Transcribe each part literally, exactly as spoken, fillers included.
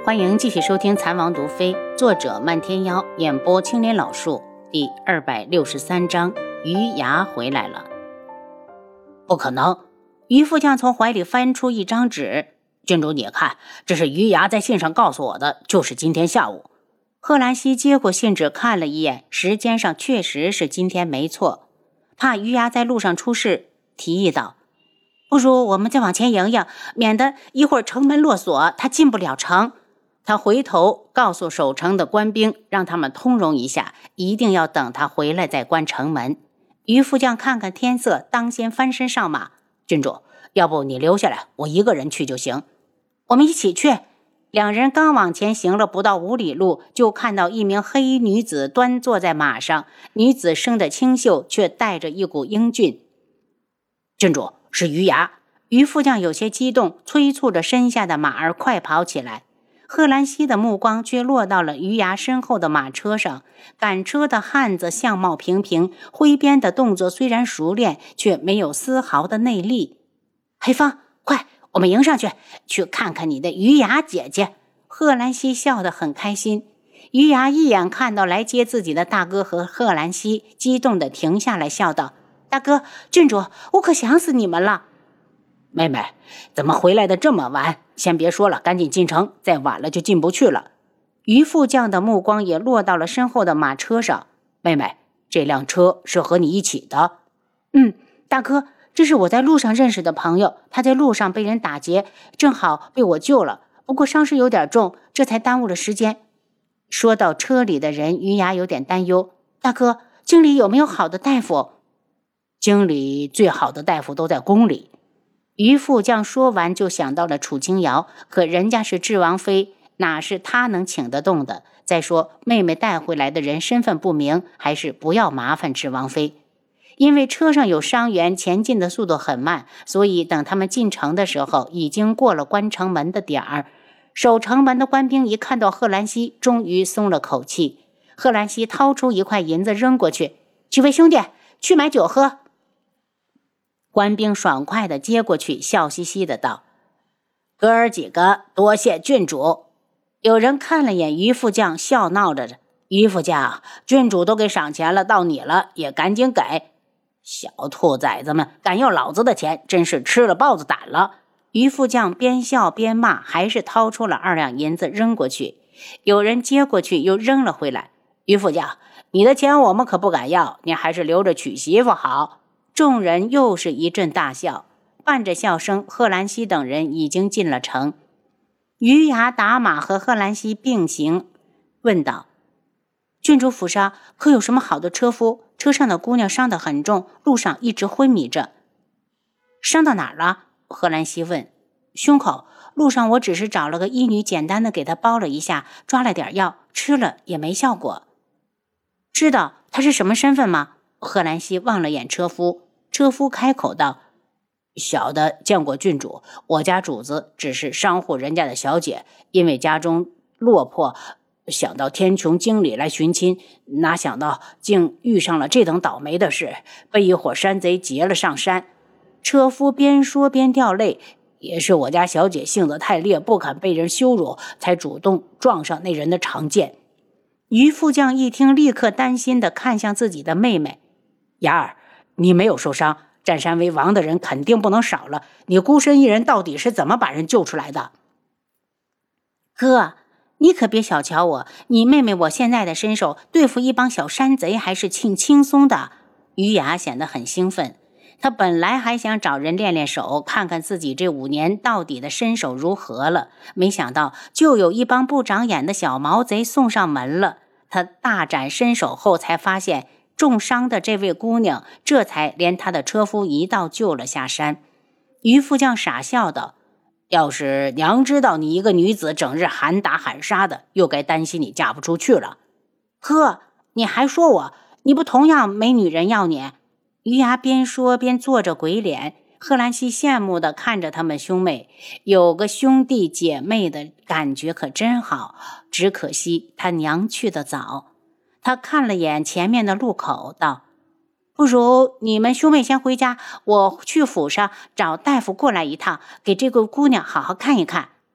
欢迎继续收听《残王毒妃》，作者漫天妖，演播青莲老树，第二百六十三章，余牙回来了。不可能！于副将从怀里翻出一张纸，郡主你看，这是余牙在信上告诉我的，就是今天下午。贺兰西接过信纸看了一眼，时间上确实是今天没错。怕余牙在路上出事，提议道：不如我们再往前迎迎，免得一会儿城门落锁，他进不了城。他回头告诉守城的官兵，让他们通融一下，一定要等他回来再关城门。于副将看看天色，当先翻身上马。郡主，要不你留下来，我一个人去就行。我们一起去。两人刚往前行了不到五里路，就看到一名黑衣女子端坐在马上，女子生得清秀，却带着一股英俊。郡主，是余牙。于副将有些激动，催促着身下的马儿快跑起来。贺兰西的目光却落到了余牙身后的马车上，赶车的汉子相貌平平，挥鞭的动作虽然熟练，却没有丝毫的内力。黑风，快，我们迎上去，去看看你的余牙姐姐。贺兰西笑得很开心。余牙一眼看到来接自己的大哥和贺兰西，激动地停下来，笑道：大哥，郡主，我可想死你们了。妹妹，怎么回来的这么晚？先别说了，赶紧进城，再晚了就进不去了。于副将的目光也落到了身后的马车上。妹妹，这辆车是和你一起的？嗯，大哥，这是我在路上认识的朋友，他在路上被人打劫，正好被我救了，不过伤势有点重，这才耽误了时间。说到车里的人，余牙有点担忧。大哥，京里有没有好的大夫？京里最好的大夫都在宫里。于副将说完就想到了楚清瑶，可人家是智王妃，哪是他能请得动的？再说妹妹带回来的人身份不明，还是不要麻烦智王妃。因为车上有伤员，前进的速度很慢，所以等他们进城的时候，已经过了关城门的点儿。守城门的官兵一看到贺兰西，终于松了口气。贺兰西掏出一块银子扔过去：几位兄弟，去买酒喝。官兵爽快地接过去，笑嘻嘻地道：哥儿几个多谢郡主。有人看了眼于副将，笑闹着：于副将，郡主都给赏钱了，到你了也赶紧给。小兔崽子们敢要老子的钱，真是吃了豹子胆了。于副将边笑边骂，还是掏出了二两银子扔过去。有人接过去又扔了回来：于副将，你的钱我们可不敢要，你还是留着娶媳妇好。众人又是一阵大笑，伴着笑声，贺兰西等人已经进了城。余牙打马和贺兰西并行，问道：郡主府上可有什么好的车夫？车上的姑娘伤得很重，路上一直昏迷着。伤到哪儿了？贺兰西问。胸口，路上我只是找了个医女，简单的给她包了一下，抓了点药，吃了也没效果。知道她是什么身份吗？贺兰西望了眼车夫，车夫开口道：小的见过郡主，我家主子只是商户人家的小姐，因为家中落魄，想到天穹京里来寻亲，哪想到竟遇上了这等倒霉的事，被一伙山贼劫了上山。车夫边说边掉泪，也是我家小姐性子太烈，不肯被人羞辱，才主动撞上那人的长剑。于副将一听，立刻担心地看向自己的妹妹：雅儿，你没有受伤，占山为王的人肯定不能少了，你孤身一人到底是怎么把人救出来的？哥，你可别小瞧我，你妹妹我现在的身手，对付一帮小山贼还是挺轻松的。于雅显得很兴奋，她本来还想找人练练手，看看自己这五年到底的身手如何了，没想到就有一帮不长眼的小毛贼送上门了。她大展身手后才发现，重伤的这位姑娘，这才连他的车夫一道救了下山。于副将傻笑道：要是娘知道你一个女子整日喊打喊杀的，又该担心你嫁不出去了。哥，你还说我，你不同样没女人要你？于牙边说边做着鬼脸。贺兰西羡慕地看着他们兄妹，有个兄弟姐妹的感觉可真好，只可惜他娘去得早。他看了眼前面的路口，道：不如你们兄妹先回家，我去府上找大夫过来一趟，给这个姑娘好好看一看。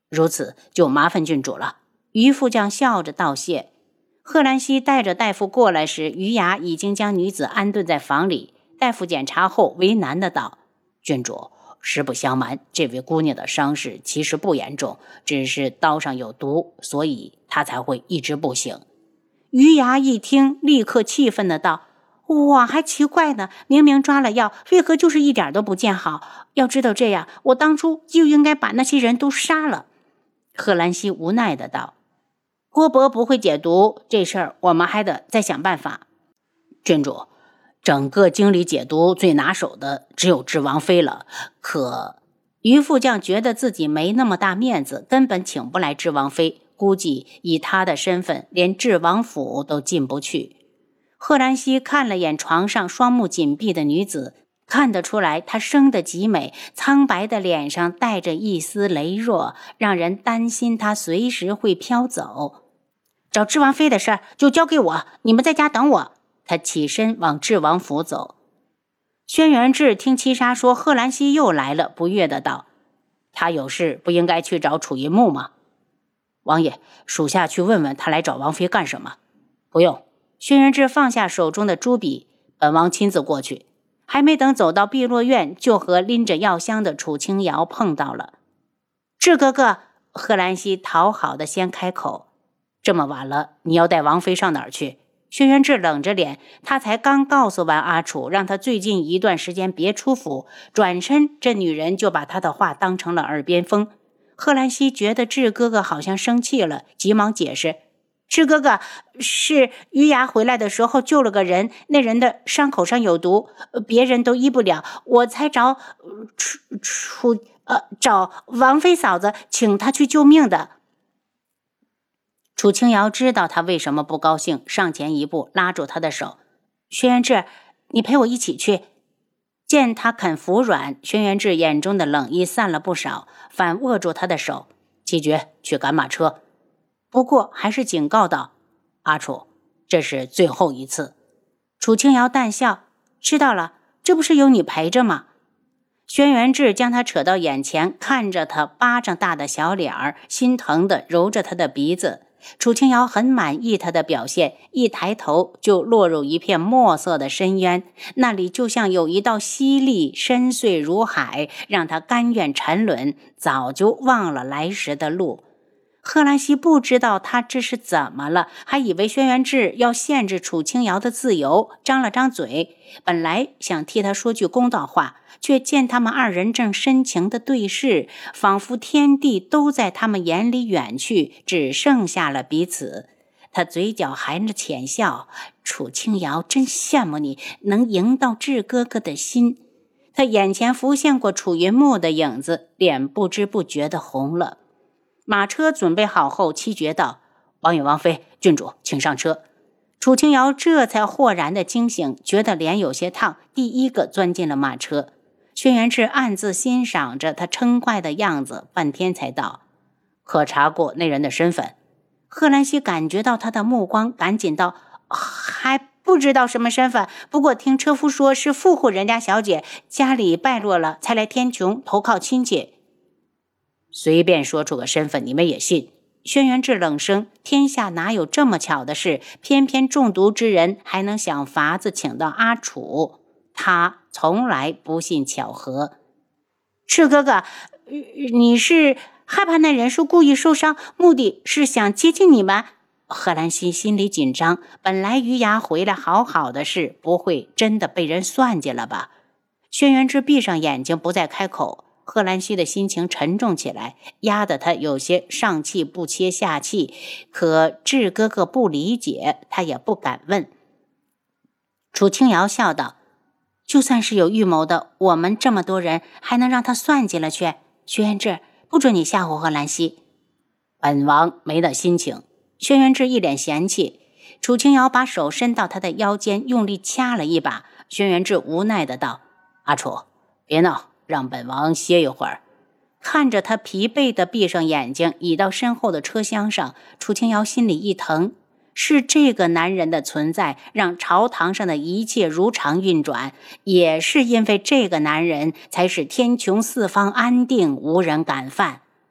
如此就麻烦郡主了。于副将笑着道谢。贺兰西带着大夫过来时，于牙已经将女子安顿在房里。大夫检查后为难的道：郡主，实不相瞒，这位姑娘的伤势其实不严重，只是刀上有毒，所以她才会一直不醒。于牙一听，立刻气愤的道：我还奇怪呢，明明抓了药，为何就是一点都不见好？要知道这样，我当初就应该把那些人都杀了。贺兰西无奈的道：郭伯不会解毒，这事儿我们还得再想办法。郡主，整个京里解毒最拿手的只有智王妃了，可于副将觉得自己没那么大面子，根本请不来智王妃，估计以他的身份连智王府都进不去。贺兰西看了眼床上双目紧闭的女子，看得出来她生得极美，苍白的脸上带着一丝羸弱，让人担心她随时会飘走。找智王妃的事儿就交给我，你们在家等我。他起身往智王府走。轩辕志听七杀说贺兰西又来了，不悦的道：他有事不应该去找楚云木吗？王爷，属下去问问他来找王妃干什么。不用。轩辕志放下手中的朱笔，本王亲自过去。还没等走到碧落院，就和拎着药箱的楚清瑶碰到了。志哥哥，贺兰西讨好的先开口：这么晚了，你要带王妃上哪儿去？轩辕志冷着脸，他才刚告诉完阿楚，让他最近一段时间别出府，转身这女人就把他的话当成了耳边风。贺兰西觉得志哥哥好像生气了，急忙解释：志哥哥，是于牙回来的时候救了个人，那人的伤口上有毒，别人都医不了，我才找楚楚呃找王妃嫂子请他去救命的。楚清瑶知道他为什么不高兴，上前一步拉住他的手：轩辕志，你陪我一起去。见他肯服软，轩辕志眼中的冷意散了不少，反握住他的手：七绝，去赶马车。不过还是警告道：阿楚，这是最后一次。楚清瑶淡笑：知道了，这不是有你陪着吗？轩辕志将他扯到眼前，看着他巴掌大的小脸儿，心疼地揉着他的鼻子。楚清瑶很满意他的表现，一抬头就落入一片墨色的深渊，那里就像有一道溪砾深邃如海，让他甘愿沉沦，早就忘了来时的路。贺兰西不知道他这是怎么了，还以为轩辕志要限制楚清瑶的自由，张了张嘴，本来想替他说句公道话，却见他们二人正深情的对视，仿佛天地都在他们眼里远去，只剩下了彼此。他嘴角含着浅笑：楚清瑶，真羡慕你能赢到志哥哥的心。他眼前浮现过楚云木的影子，脸不知不觉地红了。马车准备好后，七绝道：王爷王妃，郡主请上车。楚清瑶这才豁然的惊醒，觉得脸有些烫，第一个钻进了马车。轩辕志暗自欣赏着他嗔怪的样子，半天才道：可查过那人的身份？贺兰西感觉到他的目光，赶紧道：还不知道什么身份，不过听车夫说是富户人家小姐，家里败落了，才来天穹投靠亲戚。随便说出个身份，你们也信？轩辕志冷声：天下哪有这么巧的事？偏偏中毒之人还能想法子请到阿楚，他从来不信巧合。赤哥哥，你是害怕那人是故意受伤，目的是想接近你们？贺兰西心里紧张，本来于牙回来好好的事，不会真的被人算计了吧？轩辕志闭上眼睛不再开口。贺兰西的心情沉重起来，压得他有些上气不接下气，可志哥哥不理解，他也不敢问。楚清瑶笑道：就算是有预谋的，我们这么多人还能让他算计了去？轩辕志，不准你吓唬贺兰西。本王没那心情。轩辕志一脸嫌弃。楚清瑶把手伸到他的腰间，用力掐了一把。轩辕志无奈的道：阿楚，别闹，让本王歇一会儿。看着他疲惫地闭上眼睛，倚到身后的车厢上，楚清瑶心里一疼。是这个男人的存在，让朝堂上的一切如常运转，也是因为这个男人，才使天穹四方安定，无人敢犯。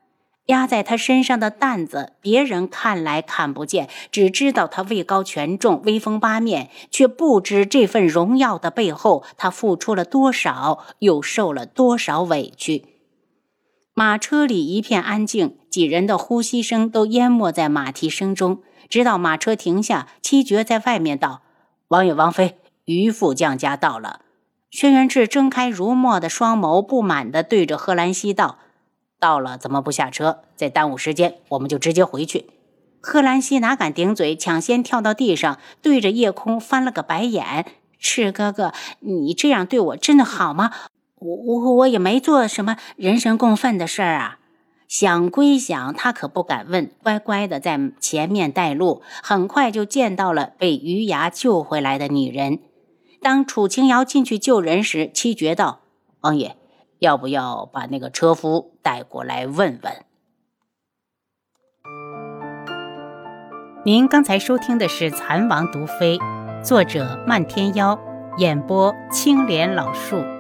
压在他身上的担子，别人看来看不见，只知道他位高权重，威风八面，却不知这份荣耀的背后，他付出了多少，又受了多少委屈。马车里一片安静，几人的呼吸声都淹没在马蹄声中。直到马车停下，七绝在外面道：“王爷王妃，于副将家到了。”轩辕志睁开如墨的双眸，不满地对着贺兰西道：“到了怎么不下车？再耽误时间，我们就直接回去。”贺兰西哪敢顶嘴，抢先跳到地上，对着夜空翻了个白眼：“赤哥哥，你这样对我真的好吗？我我我也没做什么人神共愤的事儿啊。”想归想，他可不敢问，乖乖的在前面带路，很快就见到了被余牙救回来的女人。当楚清瑶进去救人时，七绝道：“王爷，要不要把那个车夫带过来问问？”您刚才收听的是《蚕王毒妃》，作者漫天妖，演播青莲老树。